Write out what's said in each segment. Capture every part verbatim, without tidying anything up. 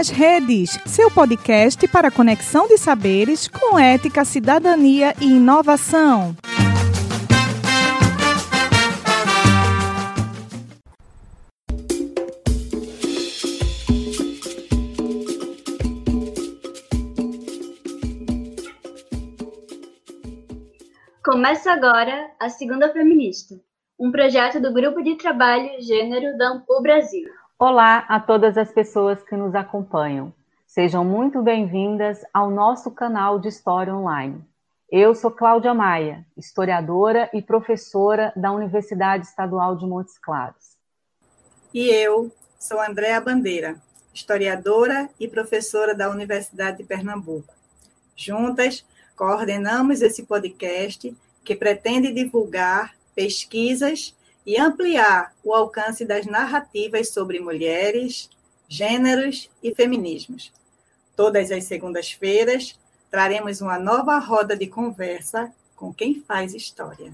nas Redes, seu podcast para conexão de saberes com ética, cidadania e inovação. Começa agora a Segunda Feminista, um projeto do Grupo de Trabalho Gênero da Ampul Brasil. Olá a todas as pessoas que nos acompanham. Sejam muito bem-vindas ao nosso canal de História Online. Eu sou Cláudia Maia, historiadora e professora da Universidade Estadual de Montes Claros. E eu sou Andréa Bandeira, historiadora e professora da Universidade de Pernambuco. Juntas, coordenamos esse podcast que pretende divulgar pesquisas e ampliar o alcance das narrativas sobre mulheres, gêneros e feminismos. Todas as segundas-feiras, traremos uma nova roda de conversa com quem faz história.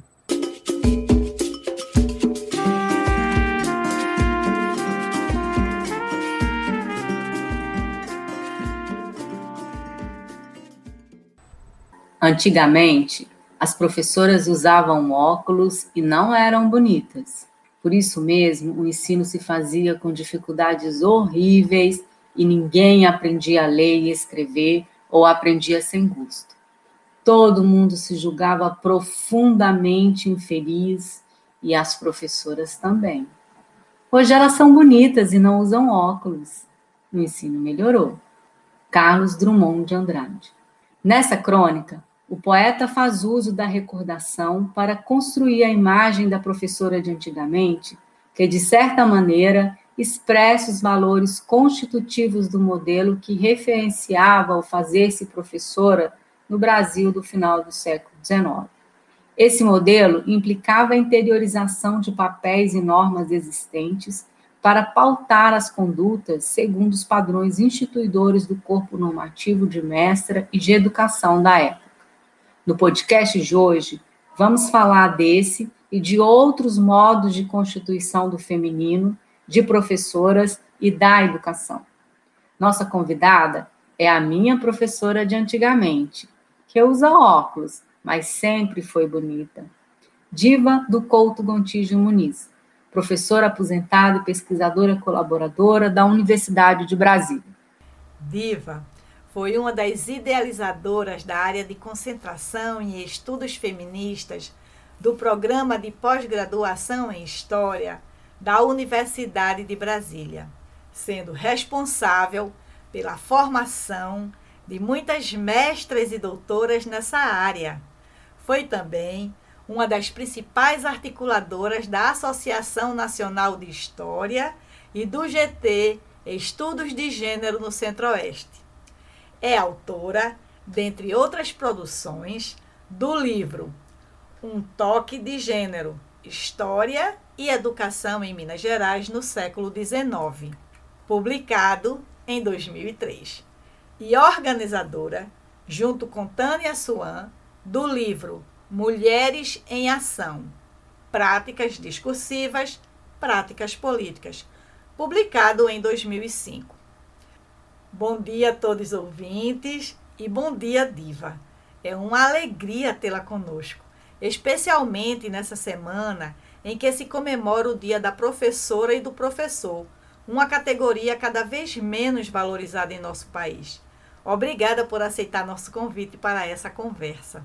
Antigamente, as professoras usavam óculos e não eram bonitas. Por isso mesmo, o ensino se fazia com dificuldades horríveis e ninguém aprendia a ler e escrever ou aprendia sem gosto. Todo mundo se julgava profundamente infeliz e as professoras também. Hoje elas são bonitas e não usam óculos. O ensino melhorou. Carlos Drummond de Andrade. Nessa crônica, o poeta faz uso da recordação para construir a imagem da professora de antigamente, que, de certa maneira, expressa os valores constitutivos do modelo que referenciava o fazer-se professora no Brasil do final do século dezenove. Esse modelo implicava a interiorização de papéis e normas existentes para pautar as condutas segundo os padrões instituidores do corpo normativo de mestra e de educação da época. No podcast de hoje, vamos falar desse e de outros modos de constituição do feminino, de professoras e da educação. Nossa convidada é a minha professora de antigamente, que usa óculos, mas sempre foi bonita. Diva do Couto Gontijo Muniz, professora aposentada e pesquisadora colaboradora da Universidade de Brasília. Diva foi uma das idealizadoras da área de concentração em estudos feministas do Programa de Pós-Graduação em História da Universidade de Brasília, sendo responsável pela formação de muitas mestras e doutoras nessa área. Foi também uma das principais articuladoras da Associação Nacional de História e do G T Estudos de Gênero no Centro-Oeste. É autora, dentre outras produções, do livro Um Toque de Gênero, História e Educação em Minas Gerais no século dezenove, publicado em dois mil e três. E organizadora, junto com Tânia Suan, do livro Mulheres em Ação, Práticas Discursivas, Práticas Políticas, publicado em dois mil e cinco. Bom dia a todos os ouvintes e bom dia, Diva. É uma alegria tê-la conosco, especialmente nessa semana em que se comemora o Dia da Professora e do Professor, uma categoria cada vez menos valorizada em nosso país. Obrigada por aceitar nosso convite para essa conversa.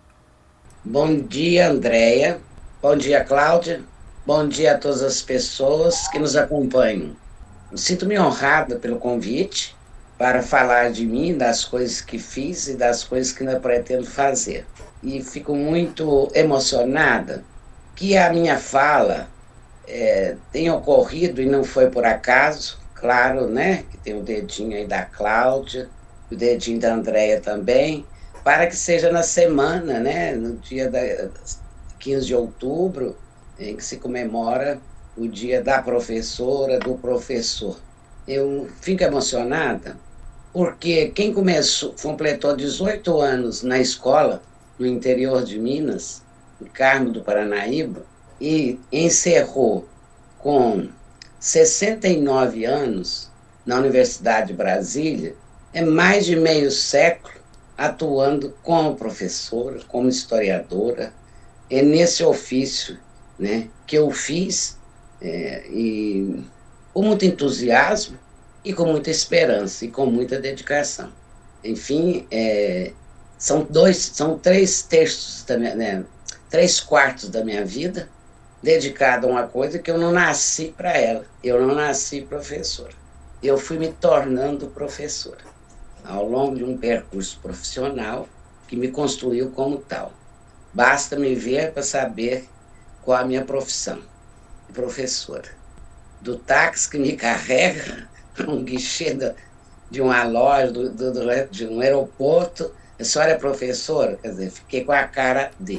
Bom dia, Andréia. Bom dia, Cláudia. Bom dia a todas as pessoas que nos acompanham. Sinto-me honrada pelo convite para falar de mim, das coisas que fiz e das coisas que ainda pretendo fazer. E fico muito emocionada que a minha fala é, tenha ocorrido, e não foi por acaso, claro, né, que tem o dedinho aí da Cláudia, o dedinho da Andréia também, para que seja na semana, né, no dia da quinze de outubro, em que se comemora o dia da professora, do professor. Eu fico emocionada porque quem começou, completou dezoito anos na escola, no interior de Minas, no Carmo do Paranaíba, e encerrou com sessenta e nove anos, na Universidade de Brasília, é mais de meio século atuando como professora, como historiadora, é nesse ofício, né, que eu fiz é, e, com muito entusiasmo e com muita esperança e com muita dedicação. Enfim, é, são dois, são três terços, da minha, né, três quartos da minha vida dedicado a uma coisa que eu não nasci para ela. Eu não nasci professora. Eu fui me tornando professora ao longo de um percurso profissional que me construiu como tal. Basta me ver para saber qual a minha profissão, professora. Do táxi que me carrega para um guichê do, de uma loja, do, do, do, de um aeroporto, a senhora é professora? Quer dizer, fiquei com a cara de...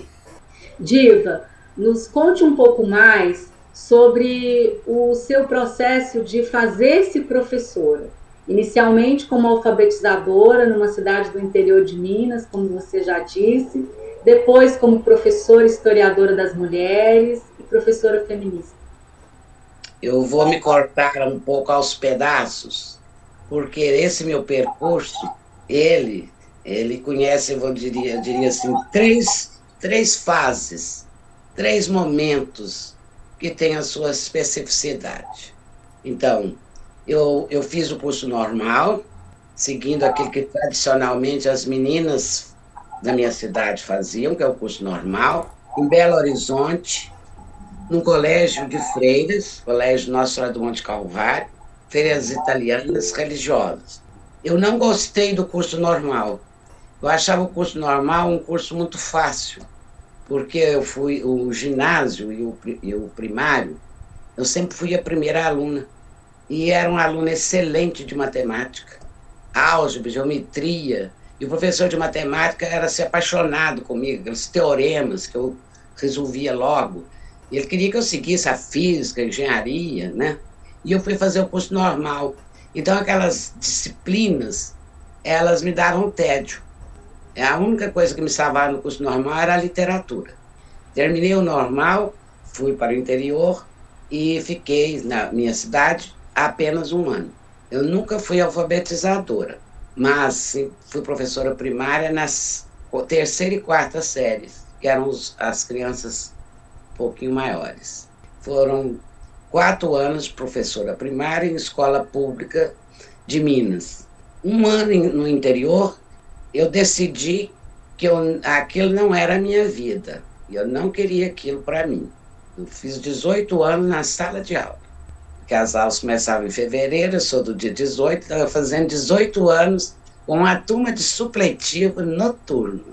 Diva, nos conte um pouco mais sobre o seu processo de fazer-se professora. Inicialmente como alfabetizadora numa cidade do interior de Minas, como você já disse, depois como professora historiadora das mulheres e professora feminista. Eu vou me cortar um pouco aos pedaços, porque esse meu percurso, ele, ele conhece, eu diria, eu diria assim, três, três fases, três momentos que têm a sua especificidade. Então, eu, eu fiz o curso normal, seguindo aquilo que tradicionalmente as meninas da minha cidade faziam, que é o curso normal, em Belo Horizonte, num colégio de freiras, colégio Nossa Senhora do Monte Calvário, freiras italianas religiosas. Eu não gostei do curso normal. Eu achava o curso normal um curso muito fácil, porque eu fui o ginásio e o, e o primário, eu sempre fui a primeira aluna, e era uma aluna excelente de matemática, álgebra, geometria, e o professor de matemática era se apaixonado comigo, aqueles teoremas que eu resolvia logo. Ele queria que eu seguisse a física, a engenharia, né? E eu fui fazer o curso normal. Então, aquelas disciplinas, elas me davam tédio. A única coisa que me salvava no curso normal era a literatura. Terminei o normal, fui para o interior e fiquei na minha cidade apenas um ano. Eu nunca fui alfabetizadora, mas fui professora primária nas terceira e quarta séries, que eram os, as crianças um pouquinho maiores. Foram quatro anos de professora primária em escola pública de Minas. Um ano no interior, eu decidi que eu, aquilo não era a minha vida. Eu não queria aquilo para mim. Eu fiz dezoito anos na sala de aula, porque as aulas começavam em fevereiro, eu sou do dia dezoito, estava fazendo dezoito anos com uma turma de supletivo noturno.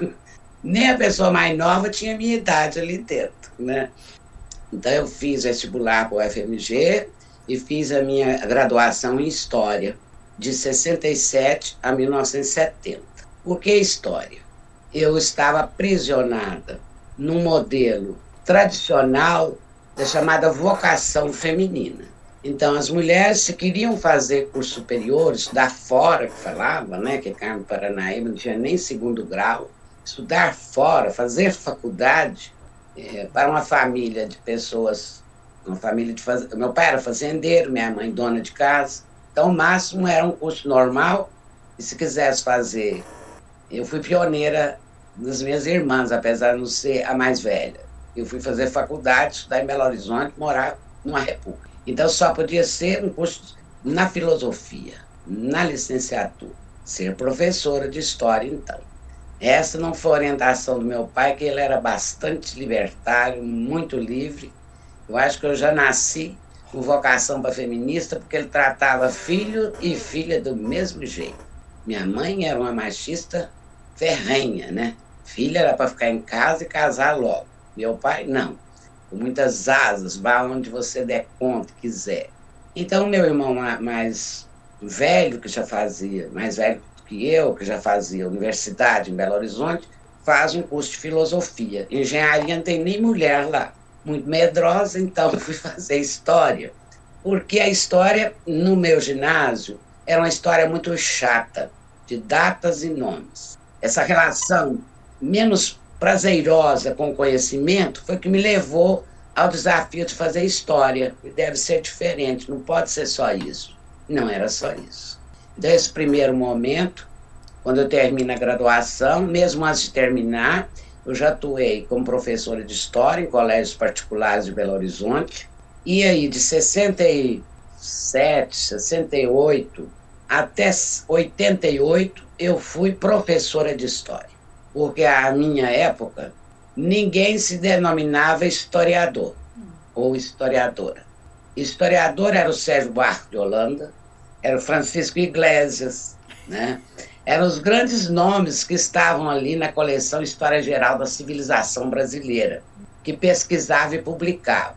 Nem a pessoa mais nova tinha a minha idade ali dentro, né? Então eu fiz vestibular para o U F M G e fiz a minha graduação em História, de sessenta e sete a mil novecentos e setenta. Por que História? Eu estava aprisionada num modelo tradicional da chamada vocação feminina. Então, as mulheres, se queriam fazer curso superior, estudar fora, que falava, né, que cá no Paranaíba não tinha nem segundo grau, estudar fora, fazer faculdade, é, para uma família de pessoas, uma família de faz... meu pai era fazendeiro, minha mãe dona de casa, então o máximo era um curso normal, e se quisesse fazer, eu fui pioneira das minhas irmãs, apesar de não ser a mais velha. Eu fui fazer faculdade, estudar em Belo Horizonte, morar numa república. Então só podia ser um curso na filosofia, na licenciatura, ser professora de história, então. Essa não foi a orientação do meu pai, que ele era bastante libertário, muito livre. Eu acho que eu já nasci com vocação para feminista, porque ele tratava filho e filha do mesmo jeito. Minha mãe era uma machista ferrenha, né? Filha era para ficar em casa e casar logo. Meu pai, não. Com muitas asas, vá onde você der conta, quiser. Então, meu irmão mais velho, que já fazia, mais velho que eu, que já fazia universidade em Belo Horizonte, faz um curso de filosofia. Engenharia não tem nem mulher lá. Muito medrosa, então fui fazer história. Porque a história, no meu ginásio, era uma história muito chata, de datas e nomes. Essa relação menos prazerosa com o conhecimento foi que me levou ao desafio de fazer história, que deve ser diferente, não pode ser só isso. Não era só isso. Desse primeiro momento, quando eu termino a graduação, mesmo antes de terminar, eu já atuei como professora de História em colégios particulares de Belo Horizonte. E aí, de sessenta e sete, sessenta e oito até oitenta e oito, eu fui professora de História. Porque à minha época, ninguém se denominava historiador ou historiadora. Historiador era o Sérgio Buarque de Holanda, era o Francisco Iglesias, né? Eram os grandes nomes que estavam ali na coleção História Geral da Civilização Brasileira, que pesquisava e publicava.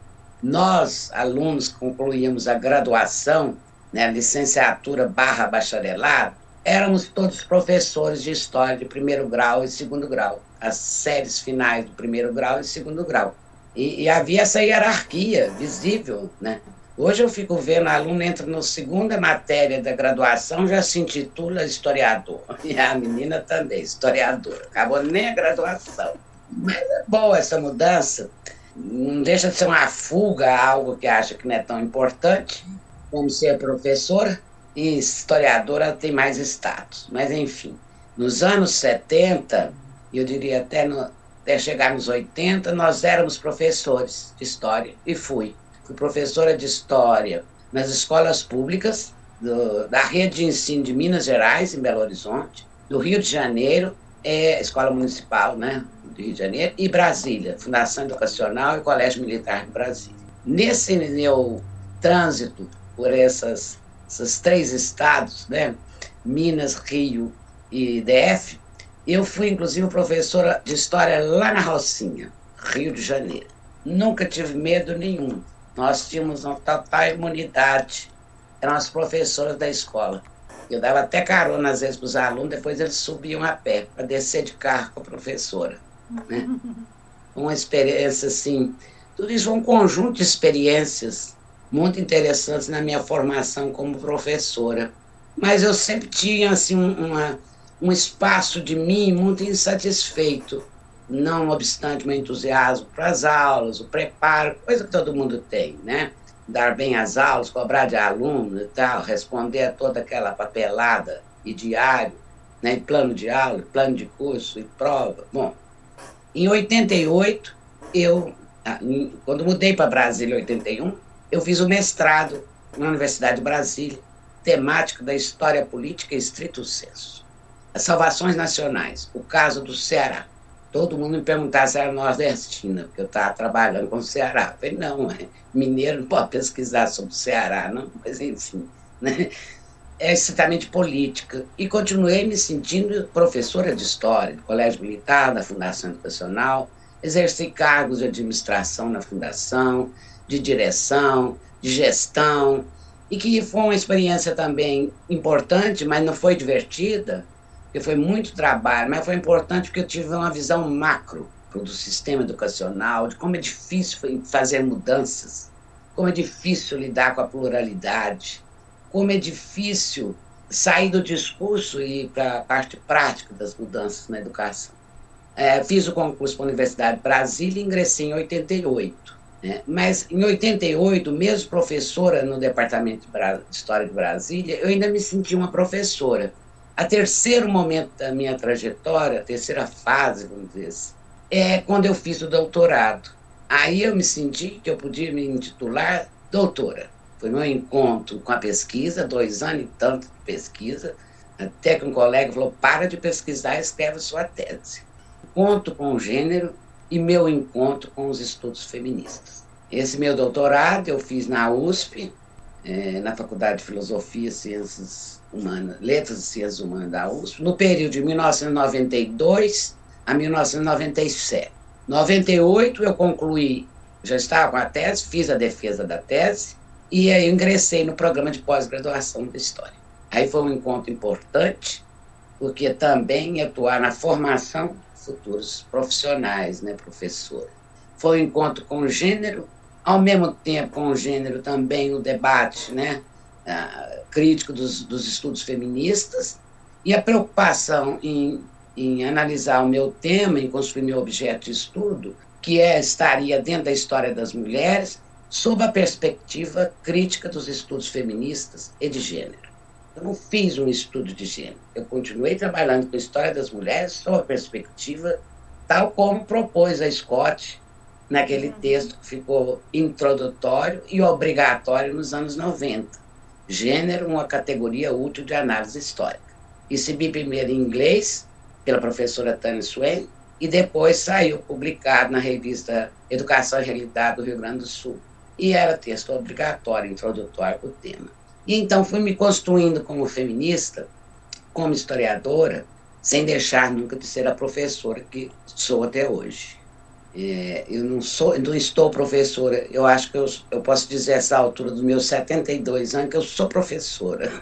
Nós, alunos que concluíamos a graduação, né, licenciatura barra bacharelado, éramos todos professores de História de primeiro grau e segundo grau, as séries finais do primeiro grau e segundo grau. E, e havia essa hierarquia visível, né? Hoje eu fico vendo, a aluna entra na segunda matéria da graduação, já se intitula historiador. E a menina também, historiadora. Acabou nem a graduação. Mas é boa essa mudança. Não deixa de ser uma fuga a algo que acha que não é tão importante, como ser professora, e historiadora tem mais status. Mas, enfim, nos anos setenta, eu diria até, no, até chegar nos oitenta, nós éramos professores de História, e fui. Fui professora de História nas escolas públicas do, da rede de ensino de Minas Gerais, em Belo Horizonte, do Rio de Janeiro, é, Escola Municipal, né, do Rio de Janeiro, e Brasília, Fundação Educacional e Colégio Militar de Brasília. Nesse meu trânsito por essas, esses três estados, né, Minas, Rio e D F, eu fui, inclusive, professora de História lá na Rocinha, Rio de Janeiro. Nunca tive medo nenhum. Nós tínhamos uma total imunidade. Eram as professoras da escola. Eu dava até carona, às vezes, para os alunos, depois eles subiam a pé, para descer de carro com a professora. Né? Uma experiência, assim... Tudo isso foi um conjunto de experiências muito interessantes na minha formação como professora. Mas eu sempre tinha, assim, uma, um espaço de mim muito insatisfeito. Não obstante o meu entusiasmo para as aulas, o preparo, coisa que todo mundo tem, né? Dar bem as aulas, cobrar de aluno e tal, responder a toda aquela papelada e diário, né? E plano de aula, plano de curso e prova. Bom, em oitenta e oito, eu, quando mudei para Brasília em oitenta e um, eu fiz o mestrado na Universidade de Brasília, temático da História Política e Estrito Sensu. As salvações nacionais, o caso do Ceará. Todo mundo me perguntava se era nordestina, porque eu estava trabalhando com o Ceará. Eu falei, não, é, mineiro não pode pesquisar sobre o Ceará, não, mas enfim, né? É estritamente política. E continuei me sentindo professora de História, do Colégio Militar, da Fundação Educacional, exerci cargos de administração na Fundação, de direção, de gestão, e que foi uma experiência também importante, mas não foi divertida, porque foi muito trabalho, mas foi importante porque eu tive uma visão macro do sistema educacional, de como é difícil fazer mudanças, como é difícil lidar com a pluralidade, como é difícil sair do discurso e ir para a parte prática das mudanças na educação. É, fiz o concurso para a Universidade de Brasília e ingressei em oitenta e oito. Né? Mas em oitenta e oito, mesmo professora no Departamento de, Bra- de História de Brasília, eu ainda me senti uma professora. A terceiro momento da minha trajetória, a terceira fase, vamos dizer assim, é quando eu fiz o doutorado. Aí eu me senti que eu podia me intitular doutora. Foi meu encontro com a pesquisa, dois anos e tanto de pesquisa, até que um colega falou, para de pesquisar e escreve sua tese. Encontro com o gênero e meu encontro com os estudos feministas. Esse meu doutorado eu fiz na U S P, é, na Faculdade de Filosofia e Ciências Humanas, Letras e Ciências Humanas da U S P, no período de mil novecentos e noventa e dois a mil novecentos e noventa e sete. Em noventa e oito eu concluí, já estava com a tese, fiz a defesa da tese, e aí eu ingressei no programa de pós-graduação de História. Aí foi um encontro importante, porque também atuar na formação de futuros profissionais, né, professora. Foi um encontro com o gênero, ao mesmo tempo com o gênero também o debate, né, uh, crítico dos, dos estudos feministas, e a preocupação em, em analisar o meu tema, em construir meu objeto de estudo, que é, estaria dentro da história das mulheres, sob a perspectiva crítica dos estudos feministas e de gênero. Eu não fiz um estudo de gênero, eu continuei trabalhando com a história das mulheres sob a perspectiva tal como propôs a Scott naquele texto que ficou introdutório e obrigatório nos anos noventa. Gênero, uma categoria útil de análise histórica. Recebi primeiro em inglês, pela professora Tânia Swain, e depois saiu publicado na revista Educação e Realidade do Rio Grande do Sul. E era texto obrigatório, introdutório para o tema. E então fui me construindo como feminista, como historiadora, sem deixar nunca de ser a professora que sou até hoje. É, eu não sou, não estou professora, eu acho que eu, eu posso dizer essa altura dos meus setenta e dois anos que eu sou professora.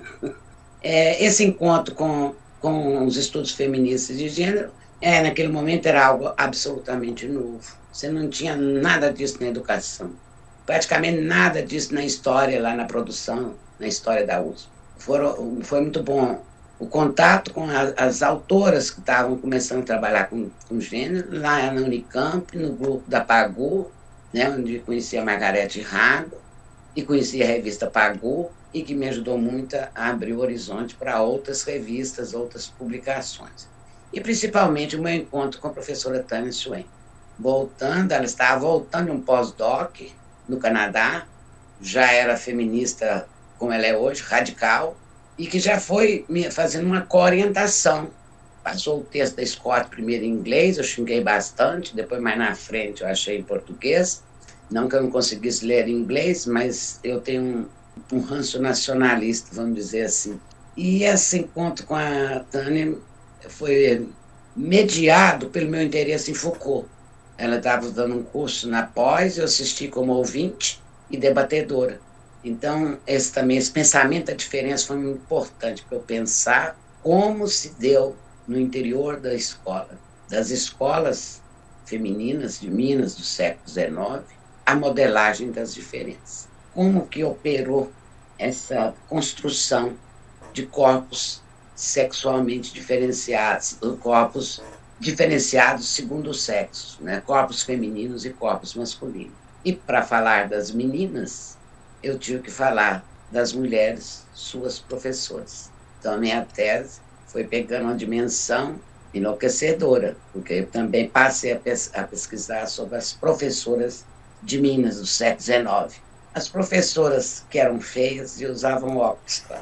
É, esse encontro com, com os estudos feministas de gênero, é, naquele momento era algo absolutamente novo. Você não tinha nada disso na educação, praticamente nada disso na história, lá na produção, na história da U S P. Foram, foi muito bom o contato com a, as autoras que estavam começando a trabalhar com, com gênero, lá na Unicamp, no grupo da Pagu, né, onde conheci a Margarete Rago, e conheci a revista Pagu, e que me ajudou muito a abrir o horizonte para outras revistas, outras publicações. E principalmente o meu encontro com a professora Tânia Swain. Voltando, ela estava voltando de um pós-doc no Canadá, já era feminista como ela é hoje, radical, e que já foi me fazendo uma coorientação. Passou o texto da Scott primeiro em inglês, eu xinguei bastante, depois mais na frente eu achei em português, não que eu não conseguisse ler em inglês, mas eu tenho um, um ranço nacionalista, vamos dizer assim. E esse encontro com a Tânia foi mediado pelo meu interesse em Foucault. Ela estava dando um curso na pós, eu assisti como ouvinte e debatedora. Então, esse também, esse pensamento da diferença foi muito importante para eu pensar como se deu no interior da escola, das escolas femininas de Minas do século dezenove, a modelagem das diferenças. Como que operou essa construção de corpos sexualmente diferenciados, corpos diferenciados segundo o sexo, né? Corpos femininos e corpos masculinos. E para falar das meninas, eu tive que falar das mulheres, suas professoras. Então, a minha tese foi pegando uma dimensão enlouquecedora, porque eu também passei a, pes- a pesquisar sobre as professoras de Minas do século dezenove. As professoras que eram feias e usavam óculos, claro.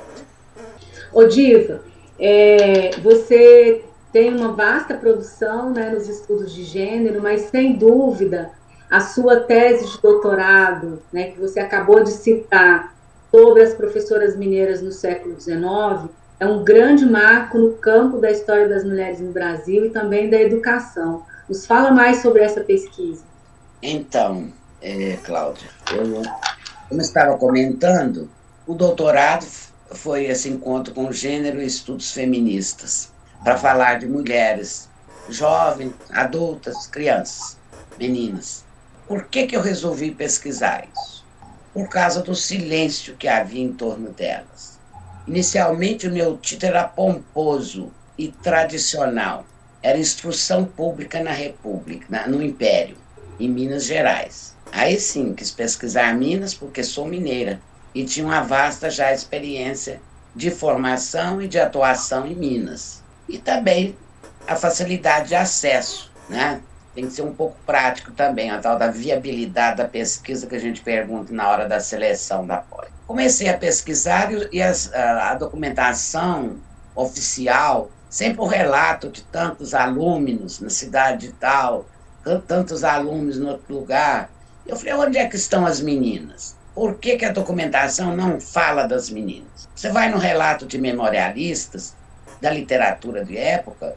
Ô, Diva, é, você tem uma vasta produção, né, nos estudos de gênero, mas, sem dúvida, a sua tese de doutorado, né, que você acabou de citar, sobre as professoras mineiras no século dezenove, é um grande marco no campo da história das mulheres no Brasil e também da educação. Nos fala mais sobre essa pesquisa. Então, é, Cláudia, eu, como estava comentando, o doutorado foi esse encontro com o gênero e estudos feministas, para falar de mulheres jovens, adultas, crianças, meninas. Por que que eu resolvi pesquisar isso? Por causa do silêncio que havia em torno delas. Inicialmente, o meu título era pomposo e tradicional. Era Instrução Pública na República, na, no Império, em Minas Gerais. Aí sim, quis pesquisar Minas, porque sou mineira, e tinha uma vasta já experiência de formação e de atuação em Minas. E também a facilidade de acesso, né? Tem que ser um pouco prático também, a tal da viabilidade da pesquisa que a gente pergunta na hora da seleção da pós. Comecei a pesquisar e as, a, a documentação oficial, sempre o relato de tantos alunos na cidade de tal, tantos alunos no outro lugar. Eu falei, onde é que estão as meninas? Por que que a documentação não fala das meninas? Você vai no relato de memorialistas da literatura de época,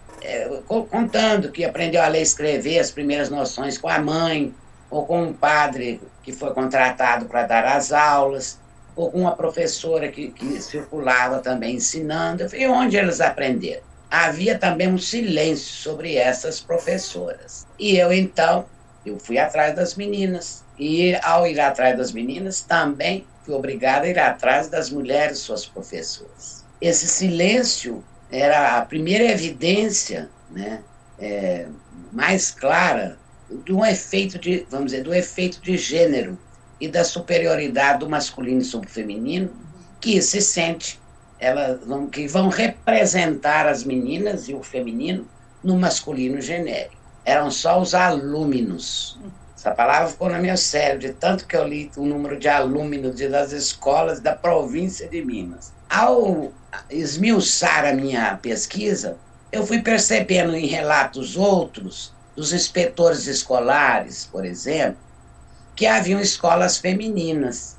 É, contando que aprendeu a ler e escrever as primeiras noções com a mãe, ou com um padre que foi contratado para dar as aulas, ou com uma professora que, que circulava também ensinando. Eu falei, onde eles aprenderam? Havia também um silêncio sobre essas professoras. E eu, então, eu fui atrás das meninas. E, ao ir atrás das meninas, também fui obrigada a ir atrás das mulheres, suas professoras. Esse silêncio era a primeira evidência, né, é, mais clara do efeito de, vamos dizer, do efeito de gênero e da superioridade do masculino sobre o feminino, que se sente, elas vão, que vão representar as meninas e o feminino no masculino genérico. Eram só os alúminos. Essa palavra ficou no meu cérebro, de tanto que eu li o número de alúminos das escolas da província de Minas. Ao esmiuçar a minha pesquisa, eu fui percebendo em relatos outros, dos inspetores escolares, por exemplo, que haviam escolas femininas.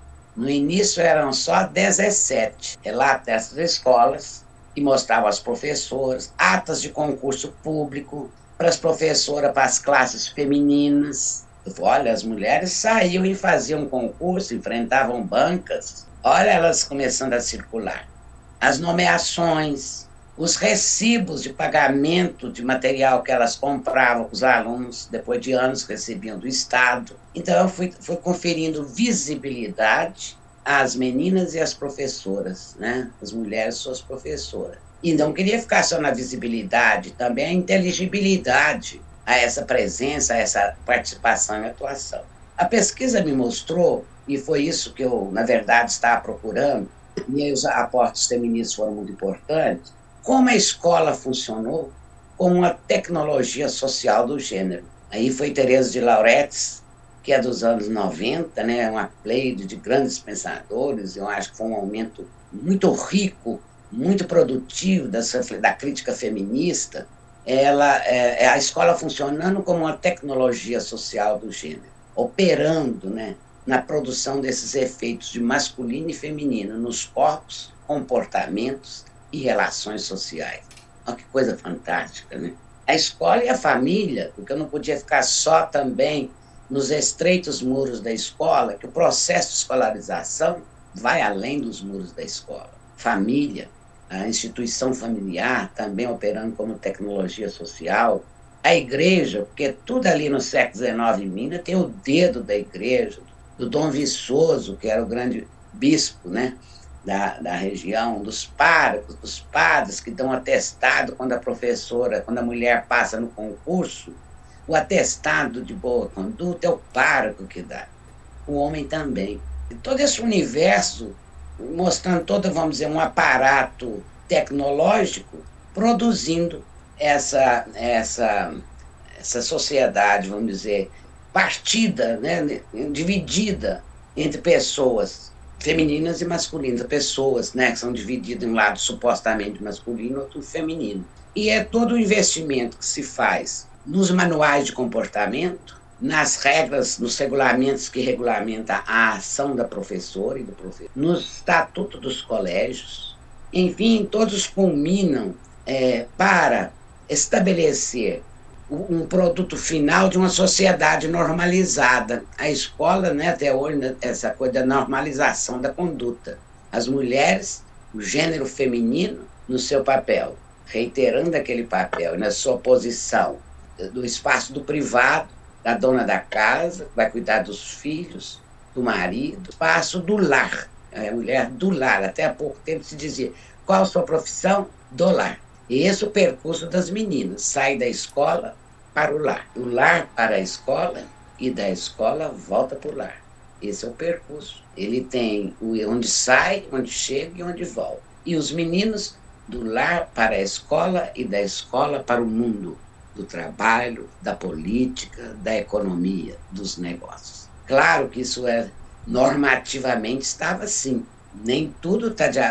No início eram só dezessete relatos dessas escolas, que mostravam as professoras, atas de concurso público para as professoras, para as classes femininas. Eu falei, olha, as mulheres saíam e faziam concurso, enfrentavam bancas. Olha elas começando a circular. As nomeações, os recibos de pagamento de material que elas compravam com os alunos, depois de anos recebiam do Estado. Então, eu fui, fui conferindo visibilidade às meninas e às professoras, né? As mulheres suas professoras. E não queria ficar só na visibilidade, também a inteligibilidade a essa presença, a essa participação e atuação. A pesquisa me mostrou, e foi isso que eu, na verdade, estava procurando, e aí os aportes feministas foram muito importantes, como a escola funcionou como uma tecnologia social do gênero. Aí foi Teresa de Lauretis, que é dos anos noventa, né, uma pleide de grandes pensadores, eu acho que foi um momento muito rico, muito produtivo dessa, da crítica feminista, ela, é, a escola funcionando como uma tecnologia social do gênero, operando, né, na produção desses efeitos de masculino e feminino nos corpos, comportamentos e relações sociais. Olha que coisa fantástica, né? A escola e a família, porque eu não podia ficar só também nos estreitos muros da escola, que o processo de escolarização vai além dos muros da escola. Família, a instituição familiar também operando como tecnologia social, a igreja, porque tudo ali no século dezenove em Minas tem o dedo da igreja, do Dom Viçoso, que era o grande bispo, né, da, da região, dos párocos, dos padres que dão atestado quando a professora, quando a mulher passa no concurso, o atestado de boa conduta é o pároco que dá, o homem também. E todo esse universo mostrando todo, vamos dizer, um aparato tecnológico produzindo essa, essa, essa sociedade, vamos dizer, partida, né, dividida entre pessoas femininas e masculinas, pessoas, né, que são divididas em um lado supostamente masculino, outro feminino. E é todo o investimento que se faz nos manuais de comportamento, nas regras, nos regulamentos que regulamentam a ação da professora e do professor, no estatuto dos colégios, enfim, todos culminam é, para estabelecer um produto final de uma sociedade normalizada. A escola, né, até hoje, essa coisa da normalização da conduta. As mulheres, o gênero feminino, no seu papel, reiterando aquele papel, na sua posição do espaço do privado, da dona da casa, que vai cuidar dos filhos, do marido, espaço do lar, a mulher do lar. Até há pouco tempo se dizia, qual a sua profissão? Do lar. E esse é o percurso das meninas, sai da escola para o lar, do lar para a escola e da escola volta para o lar. Esse é o percurso. Ele tem onde sai, onde chega e onde volta. E os meninos do lar para a escola e da escola para o mundo, do trabalho, da política, da economia, dos negócios. Claro que isso é normativamente estava assim. Nem tudo está de,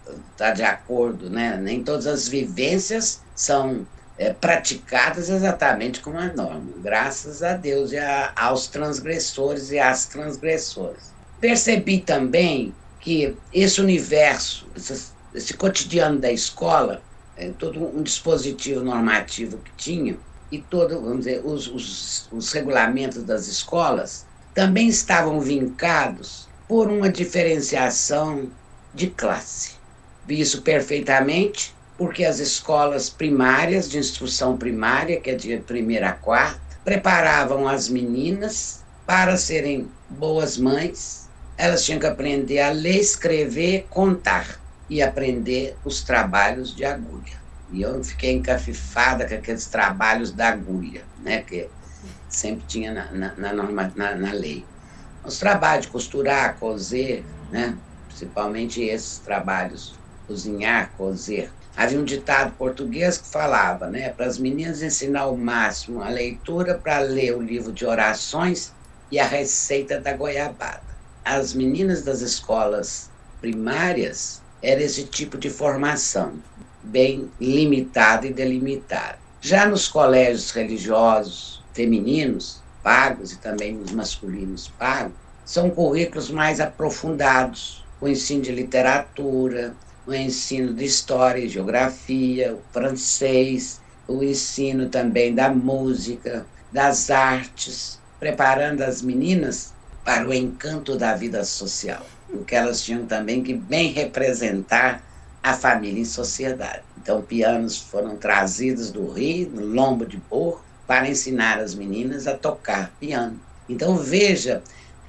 tá de acordo, né? Nem todas as vivências são é, praticadas exatamente como a norma, graças a Deus e a, aos transgressores e às transgressoras. Percebi também que esse universo, esse, esse cotidiano da escola, é, todo um dispositivo normativo que tinha, e todo, vamos dizer, os, os, os regulamentos das escolas também estavam vincados por uma diferenciação de classe. Vi isso perfeitamente, porque as escolas primárias, de instrução primária, que é de primeira a quarta, preparavam as meninas para serem boas mães. Elas tinham que aprender a ler, escrever, contar e aprender os trabalhos de agulha. E eu fiquei encafifada com aqueles trabalhos da agulha, né, que sempre tinha na, na, na, norma, na, na lei. os trabalhos de costurar, coser, né? Principalmente esses trabalhos, cozinhar, cozer. Havia um ditado português que falava, né, para as meninas ensinar ao máximo a leitura para ler o livro de orações e a receita da goiabada. As meninas das escolas primárias era esse tipo de formação, bem limitada e delimitada. Já nos colégios religiosos femininos, pagos, e também nos masculinos pagos, são currículos mais aprofundados, o ensino de literatura, o ensino de história e geografia, o francês, o ensino também da música, das artes, preparando as meninas para o encanto da vida social, porque elas tinham também que bem representar a família em sociedade. Então, pianos foram trazidos do Rio, no lombo de burro, para ensinar as meninas a tocar piano. Então, veja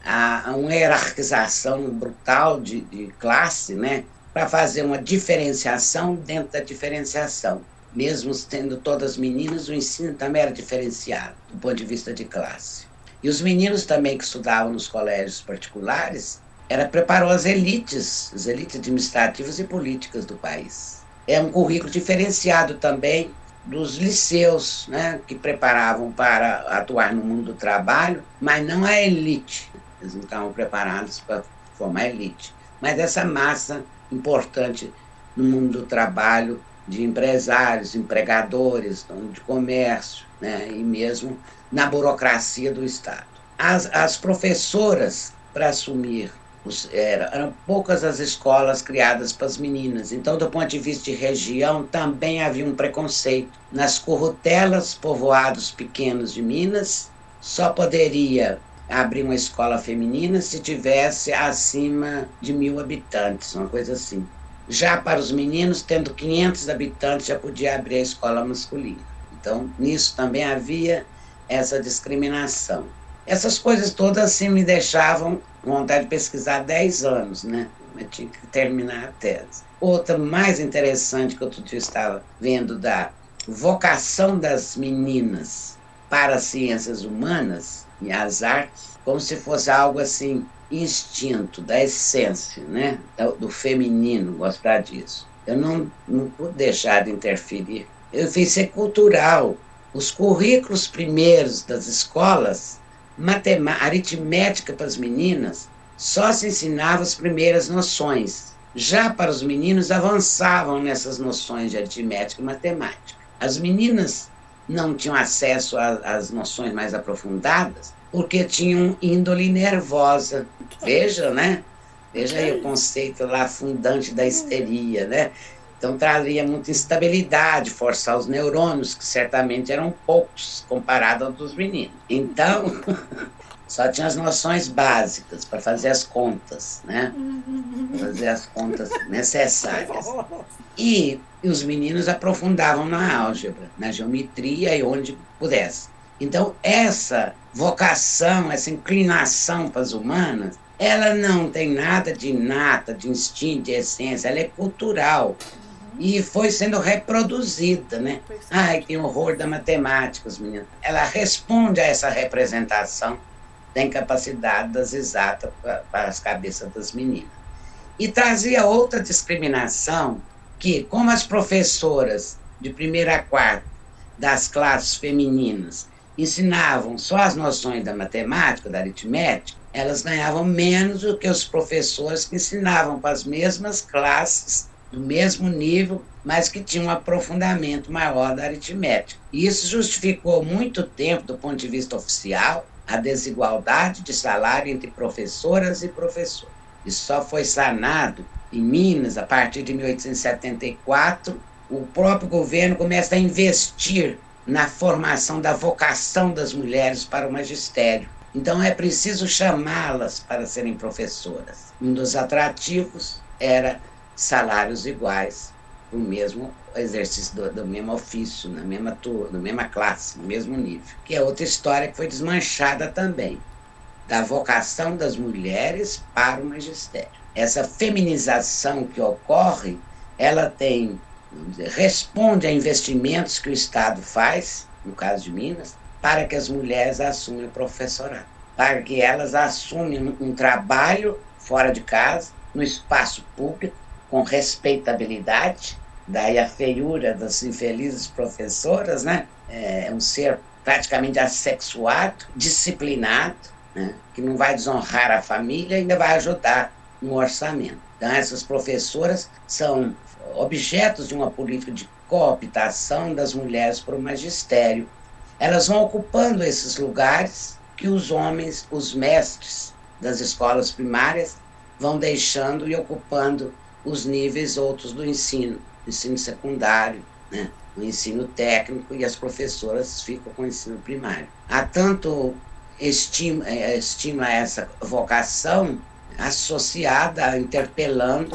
a, uma hierarquização brutal de, de classe, né, para fazer uma diferenciação dentro da diferenciação. Mesmo tendo todas meninas, o ensino também era diferenciado, do ponto de vista de classe. E os meninos também que estudavam nos colégios particulares, era, preparou as elites, as elites administrativas e políticas do país. É um currículo diferenciado também dos liceus, né, que preparavam para atuar no mundo do trabalho, mas não a elite. Eles não estavam preparados para formar a elite. Mas essa massa importante no mundo do trabalho, de empresários, empregadores, donos de comércio, né, e mesmo na burocracia do Estado. As, as professoras, para assumir, os, eram, eram poucas as escolas criadas para as meninas, então, do ponto de vista de região, também havia um preconceito. Nas currutelas, povoados pequenos de Minas, só poderia abrir uma escola feminina se tivesse acima de mil habitantes, uma coisa assim. Já para os meninos, tendo quinhentos habitantes, já podia abrir a escola masculina. Então, nisso também havia essa discriminação. Essas coisas todas assim, me deixavam com vontade de pesquisar dez anos, né? Eu tinha que terminar a tese. Outra mais interessante que outro dia estava vendo da vocação das meninas para as ciências humanas e as artes, como se fosse algo assim, instinto, da essência, né? Do feminino, gostar disso. Eu não, não pude deixar de interferir. Eu fiz ser cultural. Os currículos primeiros das escolas, matemática, aritmética para as meninas, só se ensinava as primeiras noções. Já para os meninos, avançavam nessas noções de aritmética e matemática. As meninas não tinham acesso às noções mais aprofundadas, porque tinham índole nervosa. Veja, né? Veja aí o conceito lá fundante da histeria, né? Então, traria muita instabilidade, forçar os neurônios, que certamente eram poucos comparado aos dos meninos. Então, só tinha as noções básicas para fazer as contas, né? Fazer as contas necessárias. E, e os meninos aprofundavam na álgebra, na geometria e onde pudesse. Então, essa vocação, essa inclinação para as humanas, ela não tem nada de inata, de instinto, de essência, ela é cultural. E foi sendo reproduzida, né? Ai, que horror da matemática, os meninos. Ela responde a essa representação da incapacidade das exatas para as cabeças das meninas. E trazia outra discriminação, que, como as professoras de primeira a quarta das classes femininas ensinavam só as noções da matemática, da aritmética, elas ganhavam menos do que os professores que ensinavam para as mesmas classes, do mesmo nível, mas que tinham um aprofundamento maior da aritmética. E isso justificou muito tempo, do ponto de vista oficial, a desigualdade de salário entre professoras e professores. Isso só foi sanado em Minas, a partir de mil oitocentos e setenta e quatro, o próprio governo começa a investir na formação da vocação das mulheres para o magistério. Então, é preciso chamá-las para serem professoras. Um dos atrativos era salários iguais, o mesmo exercício do, do mesmo ofício, na mesma turma, na mesma classe, no mesmo nível. Que é outra história que foi desmanchada também, da vocação das mulheres para o magistério. Essa feminização que ocorre, ela tem, vamos dizer, responde a investimentos que o Estado faz, no caso de Minas, para que as mulheres assumam o professorado. para que elas assumam um, um trabalho fora de casa, no espaço público, com respeitabilidade, daí a feiura das infelizes professoras, né? É um ser praticamente assexuado, disciplinado, né? Que não vai desonrar a família e ainda vai ajudar no orçamento. Então, essas professoras são objetos de uma política de cooptação das mulheres para o magistério. Elas vão ocupando esses lugares que os homens, os mestres das escolas primárias, vão deixando e ocupando os níveis outros do ensino, ensino secundário, né? O ensino técnico, e as professoras ficam com o ensino primário. Há tanto estima, estima essa vocação associada, interpelando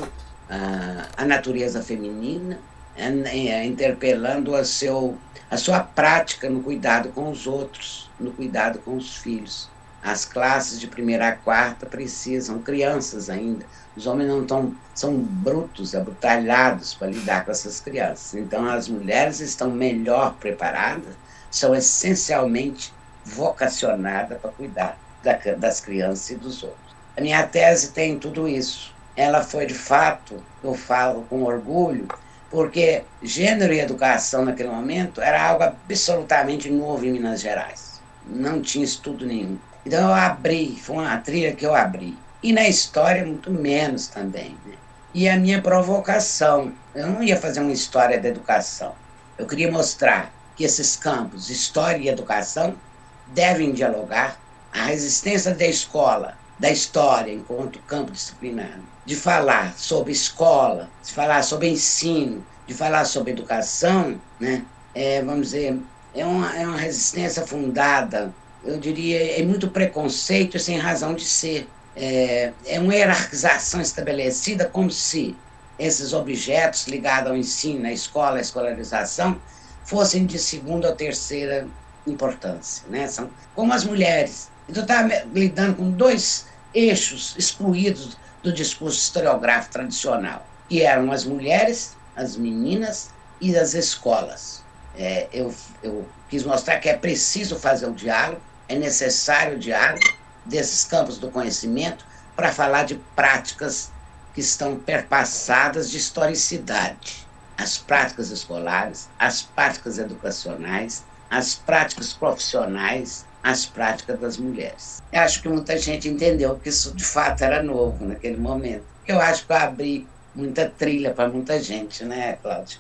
a, a natureza feminina, interpelando a, seu, a sua prática no cuidado com os outros, no cuidado com os filhos. As classes de primeira a quarta precisam, crianças ainda, os homens não tão, são brutos, abrutalhados para lidar com essas crianças. Então, as mulheres estão melhor preparadas, são essencialmente vocacionadas para cuidar da, das crianças e dos outros. A minha tese tem tudo isso. Ela foi, de fato, eu falo com orgulho, porque gênero e educação, naquele momento, era algo absolutamente novo em Minas Gerais. Não tinha estudo nenhum. Então, eu abri, foi uma trilha que eu abri. E na história, muito menos também, né? E a minha provocação, eu não ia fazer uma história da educação. Eu queria mostrar que esses campos, história e educação, devem dialogar. A resistência da escola, da história, enquanto campo disciplinar, de falar sobre escola, de falar sobre ensino, de falar sobre educação, né? É, vamos dizer, é uma, é uma resistência fundada, eu diria, é muito preconceito sem razão de ser. É, é uma hierarquização estabelecida como se esses objetos ligados ao ensino, à escola, à escolarização, fossem de segunda ou terceira importância, né? São como as mulheres. Então, está lidando com dois eixos excluídos do discurso historiográfico tradicional, que eram as mulheres, as meninas e as escolas. É, eu, eu quis mostrar que é preciso fazer o diálogo, é necessário o diálogo desses campos do conhecimento para falar de práticas que estão perpassadas de historicidade. As práticas escolares, as práticas educacionais, as práticas profissionais, as práticas das mulheres. Eu acho que muita gente entendeu que isso de fato era novo naquele momento. Eu acho que eu abri muita trilha para muita gente, né, Cláudia?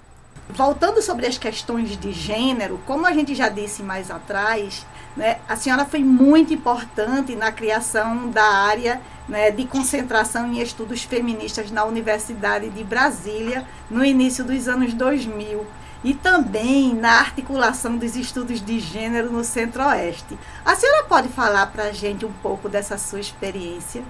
Voltando sobre as questões de gênero, como a gente já disse mais atrás, né, a senhora foi muito importante na criação da área, né, de concentração em estudos feministas na Universidade de Brasília, no início dos anos dois mil, e também na articulação dos estudos de gênero no Centro-Oeste. A senhora pode falar para a gente um pouco dessa sua experiência?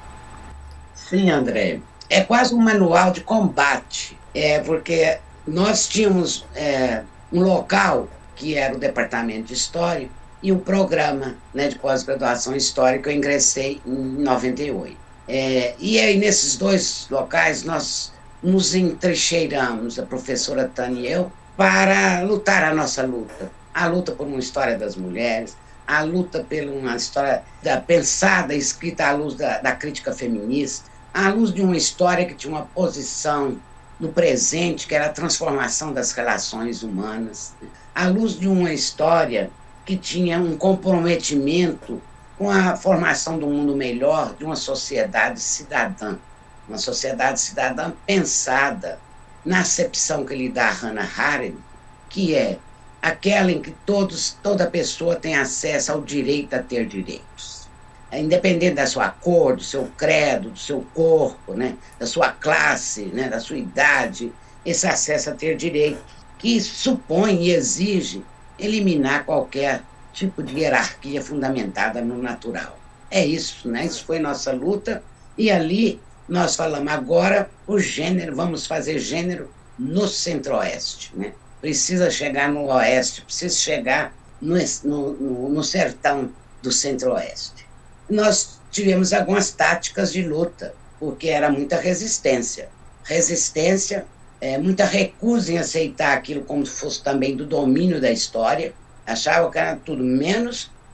Sim, André. É quase um manual de combate, é, porque nós tínhamos é, um local, que era o Departamento de História, e um programa, né, de pós-graduação histórica que eu ingressei em noventa e oito. É, e aí, nesses dois locais, nós nos entrincheiramos, a professora Tânia e eu, para lutar a nossa luta. A luta por uma história das mulheres, a luta por uma história da, pensada, escrita à luz da, da crítica feminista, à luz de uma história que tinha uma posição no presente, que era a transformação das relações humanas, à luz de uma história que tinha um comprometimento com a formação de um mundo melhor, de uma sociedade cidadã, uma sociedade cidadã pensada na acepção que lhe dá Hannah Arendt, que é aquela em que todos, toda pessoa tem acesso ao direito a ter direitos. Independente da sua cor, do seu credo, do seu corpo, né, da sua classe, né, da sua idade, esse acesso a ter direito, que supõe e exige eliminar qualquer tipo de hierarquia fundamentada no natural. É isso, né? Isso foi nossa luta, e ali nós falamos, agora o gênero, vamos fazer gênero no Centro-Oeste, né? Precisa chegar no Oeste, precisa chegar no, no, no sertão do Centro-Oeste. Nós tivemos algumas táticas de luta, porque era muita resistência. Resistência, é, muita recusa em aceitar aquilo como se fosse também do domínio da história, achava que era tudo menos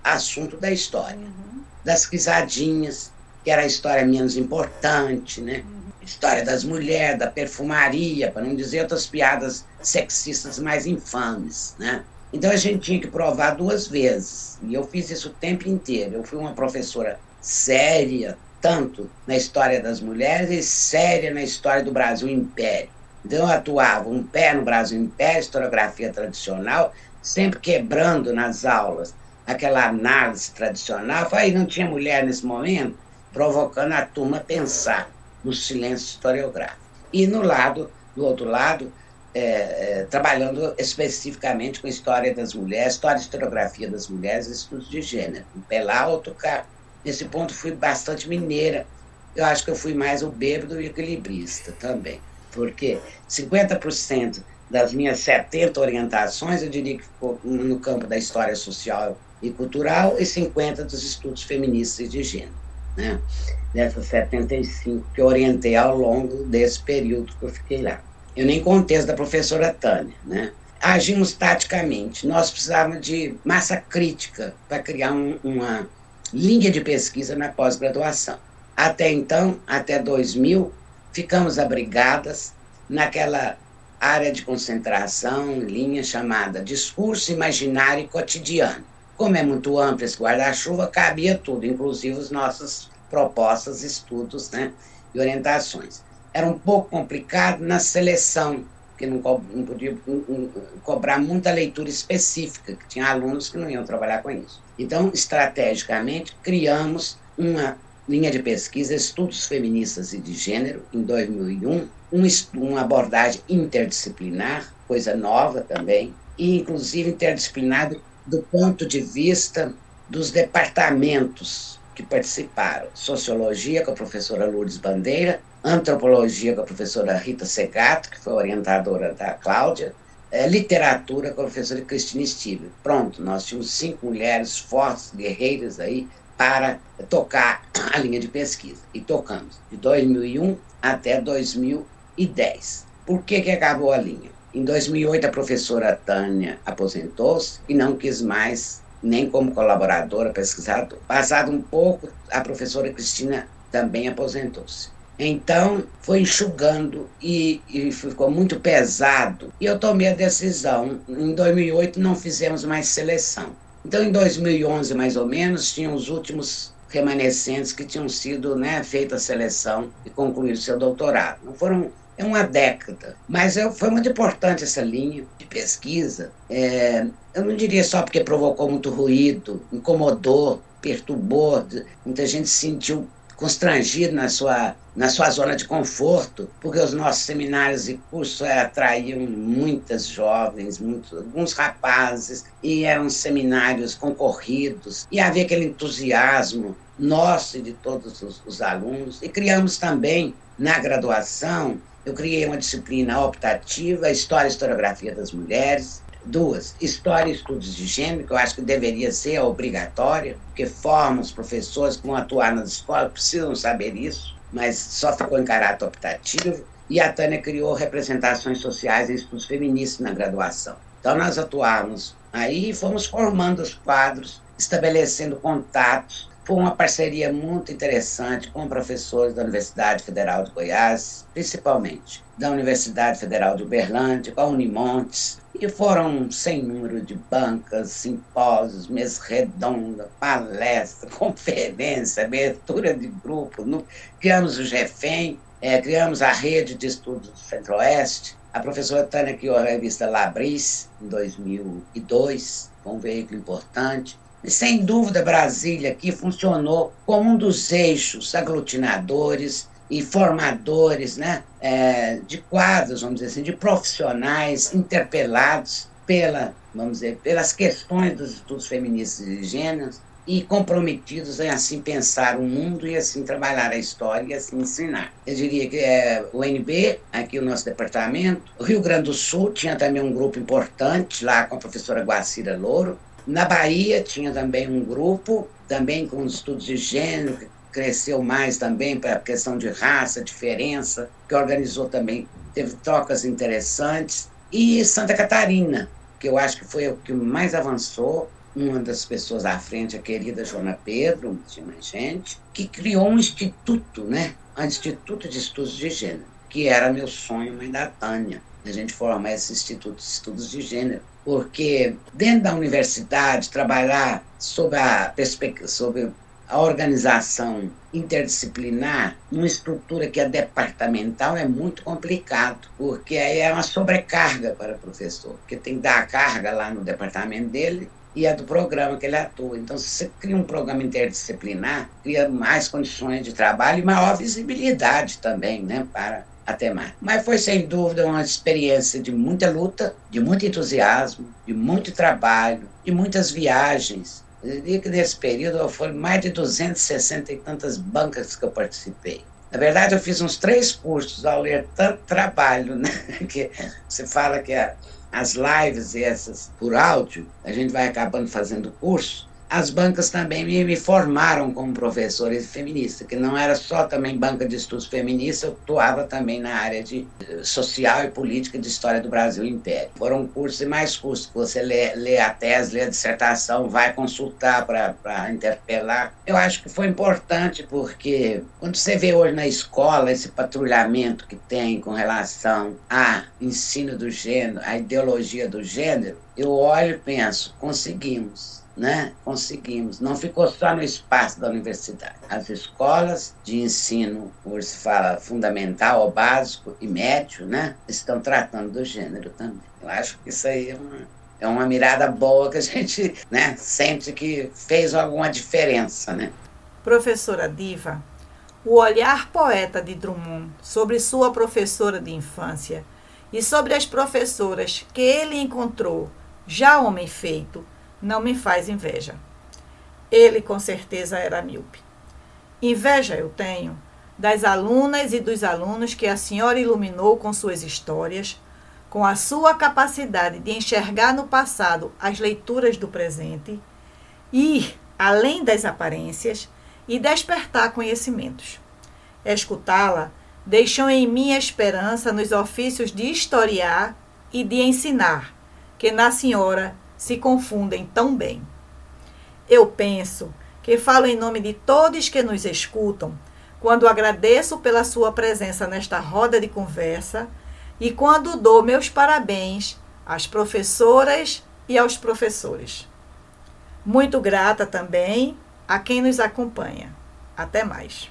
assunto da história. Uhum. Das risadinhas, que era a história menos importante, né? Uhum. História das mulheres, da perfumaria, para não dizer outras piadas sexistas mais infames, né? Então a gente tinha que provar duas vezes, e eu fiz isso o tempo inteiro. Eu fui uma professora séria, tanto na história das mulheres e séria na história do Brasil Império. Então eu atuava um pé no Brasil Império, historiografia tradicional, sempre quebrando nas aulas aquela análise tradicional. Aí não tinha mulher nesse momento, provocando a turma a pensar no silêncio historiográfico. E no lado, do outro lado, é, é, trabalhando especificamente com a história das mulheres, história e historiografia das mulheres e estudos de gênero. Um pé lá, outro cá. Nesse ponto fui bastante mineira. Eu acho que eu fui mais o bêbado e equilibrista também, porque cinquenta por cento das minhas setenta orientações, eu diria que ficou no campo da história social e cultural, e cinquenta por cento dos estudos feministas e de gênero, né? Dessas setenta e cinco que eu orientei ao longo desse período que eu fiquei lá. Eu nem contei as da professora Tânia, né? Agimos taticamente. Nós precisávamos de massa crítica para criar um, uma linha de pesquisa na pós-graduação. Até então, até dois mil, ficamos abrigadas naquela área de concentração, linha chamada discurso imaginário e cotidiano. Como é muito amplo esse guarda-chuva, cabia tudo, inclusive as nossas propostas, estudos, né, e orientações. Era um pouco complicado na seleção, porque não, co não podia um, um, cobrar muita leitura específica, que tinha alunos que não iam trabalhar com isso. Então, estrategicamente, criamos uma linha de pesquisa, estudos feministas e de gênero, em dois mil e um, um uma abordagem interdisciplinar, coisa nova também, e inclusive interdisciplinar do, do ponto de vista dos departamentos que participaram. Sociologia, com a professora Lourdes Bandeira, antropologia, com a professora Rita Segato, que foi orientadora da Cláudia, é, literatura, com a professora Cristina Stibler. Pronto, nós tínhamos cinco mulheres fortes, guerreiras aí, para tocar a linha de pesquisa. E tocamos de dois mil e um até dois mil e dez. Por que que acabou a linha? Em dois mil e oito, a professora Tânia aposentou-se e não quis mais, nem como colaboradora, pesquisadora. Passado um pouco, a professora Cristina também aposentou-se. Então, foi enxugando e, e ficou muito pesado. E eu tomei a decisão. Em dois mil e oito, não fizemos mais seleção. Então, em dois mil e onze, mais ou menos, tinham os últimos remanescentes que tinham sido, né, feita a seleção e concluído seu doutorado. Não foram, é uma década. Mas eu, foi muito importante essa linha de pesquisa. É, eu não diria só porque provocou muito ruído, incomodou, perturbou, muita gente se sentiu constrangido na sua, na sua zona de conforto, porque os nossos seminários e cursos atraíam muitas jovens, muito, alguns rapazes, e eram seminários concorridos, e havia aquele entusiasmo nosso e de todos os, os alunos. E criamos também, na graduação, eu criei uma disciplina optativa, História e Historiografia das Mulheres. Duas, História e Estudos de Gênero, que eu acho que deveria ser obrigatória, porque forma os professores que vão atuar nas escolas, precisam saber isso, mas só ficou em caráter optativo. E a Tânia criou representações sociais em estudos feministas na graduação. Então nós atuávamos aí e fomos formando os quadros, estabelecendo contatos. Foi uma parceria muito interessante com professores da Universidade Federal de Goiás, principalmente da Universidade Federal de Uberlândia, com a Unimontes, e foram sem número de bancas, simpósios, mesa redonda, palestra, conferência, abertura de grupo. No, criamos o GEFEM, é, criamos a Rede de Estudos do Centro-Oeste. A professora Tânia criou a revista Labris, em dois mil e dois, um veículo importante. E, sem dúvida, Brasília aqui funcionou como um dos eixos aglutinadores e formadores, né, é, de quadros, vamos dizer assim, de profissionais interpelados pela, vamos dizer, pelas questões dos estudos feministas e de gêneros e comprometidos em assim pensar o mundo e assim trabalhar a história e assim ensinar. Eu diria que é o N B, aqui o nosso departamento, o Rio Grande do Sul tinha também um grupo importante lá com a professora Guacira Louro. Na Bahia tinha também um grupo, também com estudos de gênero, que cresceu mais também para a questão de raça, diferença, que organizou também, teve trocas interessantes. E Santa Catarina, que eu acho que foi o que mais avançou, uma das pessoas à frente, a querida Joana Pedro, tinha mais gente, que criou um instituto, né? Um Instituto de Estudos de Gênero, que era meu sonho, mãe da Tânia, a gente formar esse Instituto de Estudos de Gênero. Porque dentro da universidade, trabalhar sob a perspectiva, sob a organização interdisciplinar, numa estrutura que é departamental, é muito complicado, porque aí é uma sobrecarga para o professor, porque tem que dar a carga lá no departamento dele e é do programa que ele atua. Então, se você cria um programa interdisciplinar, cria mais condições de trabalho e maior visibilidade também, né, para a temática. Mas foi, sem dúvida, uma experiência de muita luta, de muito entusiasmo, de muito trabalho, de muitas viagens. Eu diria que nesse período foram mais de duzentas e sessenta e tantas bancas que eu participei. Na verdade, eu fiz uns três cursos ao ler tanto trabalho, né? Que você fala que a, as lives essas por áudio, a gente vai acabando fazendo curso. As bancas também me, me formaram como professora feminista, que não era só também banca de estudos feministas, eu atuava também na área de social e política de história do Brasil e Império. Foram cursos e mais cursos, que você lê, lê a tese, lê a dissertação, vai consultar para interpelar. Eu acho que foi importante porque quando você vê hoje na escola esse patrulhamento que tem com relação a ensino do gênero, a ideologia do gênero, eu olho e penso, conseguimos. Né? Conseguimos. Não ficou só no espaço da universidade. As escolas de ensino, hoje se fala fundamental ou básico e médio, né? Estão tratando do gênero também. Eu acho que isso aí é uma, é uma mirada boa que a gente, né, sente que fez alguma diferença. Né? Professora Diva, o olhar poeta de Drummond sobre sua professora de infância e sobre as professoras que ele encontrou, já homem feito, não me faz inveja. Ele, com certeza, era míope. Inveja eu tenho das alunas e dos alunos que a senhora iluminou com suas histórias, com a sua capacidade de enxergar no passado as leituras do presente, ir além das aparências e despertar conhecimentos. Escutá-la deixou em mim a esperança nos ofícios de historiar e de ensinar, que na senhora se confundem tão bem. Eu penso que falo em nome de todos que nos escutam quando agradeço pela sua presença nesta roda de conversa e quando dou meus parabéns às professoras e aos professores. Muito grata também a quem nos acompanha. Até mais.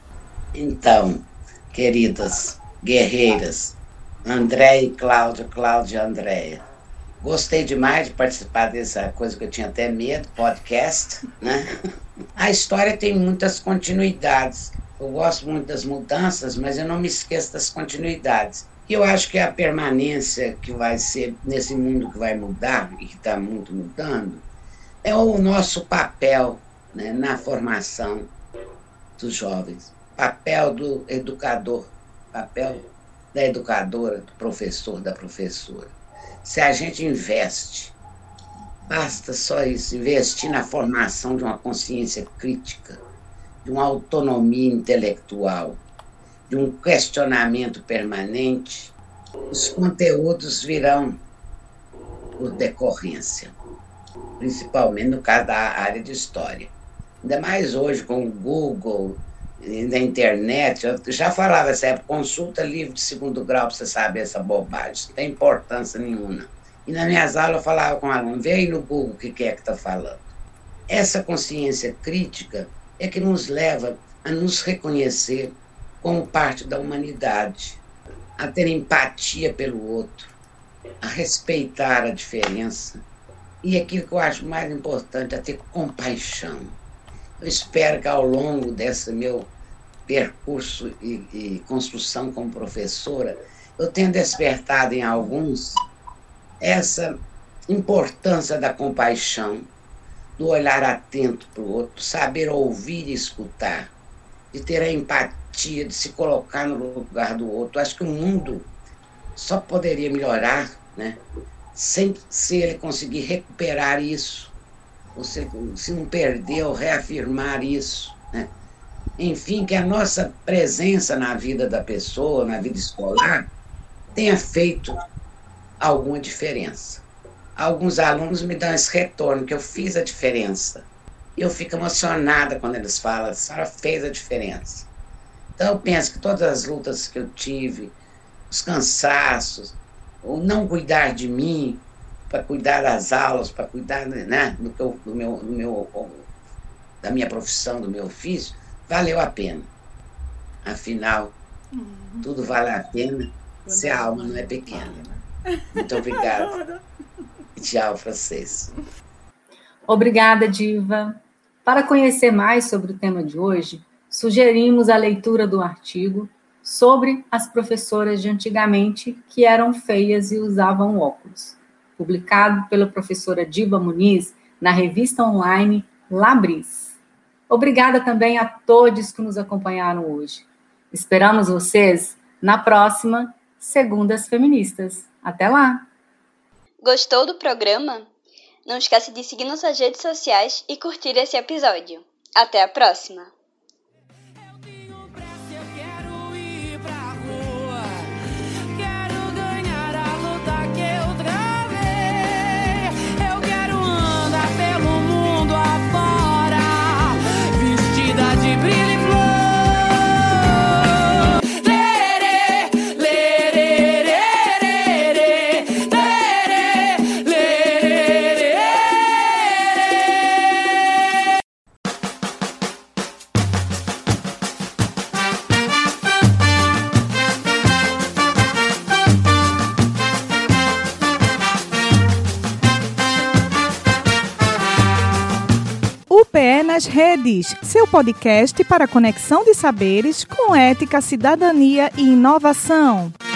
Então, queridas guerreiras, Andréia e Cláudia, Cláudia e Andréia, gostei demais de participar dessa coisa que eu tinha até medo, podcast, né? A história tem muitas continuidades. Eu gosto muito das mudanças, mas eu não me esqueço das continuidades. E eu acho que a permanência que vai ser nesse mundo que vai mudar, e que está muito mudando, é o nosso papel, né, na formação dos jovens. Papel do educador, papel da educadora, do professor, da professora. Se a gente investe, basta só isso, investir na formação de uma consciência crítica, de uma autonomia intelectual, de um questionamento permanente, os conteúdos virão por decorrência, principalmente no caso da área de história. Ainda mais hoje com o Google, na internet, eu já falava essa época, consulta livro de segundo grau para você saber essa bobagem, não tem importância nenhuma. E nas minhas aulas eu falava com o aluno, vê aí no Google o que é que está falando. Essa consciência crítica é que nos leva a nos reconhecer como parte da humanidade, a ter empatia pelo outro, a respeitar a diferença e aquilo que eu acho mais importante, a ter compaixão. Eu espero que ao longo desse meu percurso e, e construção como professora, eu tenha despertado em alguns essa importância da compaixão, do olhar atento para o outro, saber ouvir e escutar, de ter a empatia, de se colocar no lugar do outro. Acho que o mundo só poderia melhorar, né, sem se ele conseguir recuperar isso, ou se, se não perder ou reafirmar isso, né? Enfim, que a nossa presença na vida da pessoa, na vida escolar, tenha feito alguma diferença. alguns alunos me dão esse retorno, que eu fiz a diferença. Eu fico emocionada quando eles falam, a senhora fez a diferença. Então eu penso que todas as lutas que eu tive, os cansaços, o não cuidar de mim, para cuidar das aulas, para cuidar, né, do, que eu, do, meu, do meu, da minha profissão, do meu ofício, valeu a pena. Afinal, uhum. tudo vale a pena se a alma não é pequena. Muito obrigada. Tchau para vocês. Obrigada, Diva. Para conhecer mais sobre o tema de hoje, sugerimos a leitura do artigo sobre as professoras de antigamente que eram feias e usavam óculos, publicado pela professora Diva Muniz na revista online Labris. Obrigada também a todos que nos acompanharam hoje. Esperamos vocês na próxima Segundas Feministas. Até lá! Gostou do programa? Não esqueça de seguir nossas redes sociais e curtir esse episódio. Até a próxima! U P E nas Redes, seu podcast para conexão de saberes com ética, cidadania e inovação.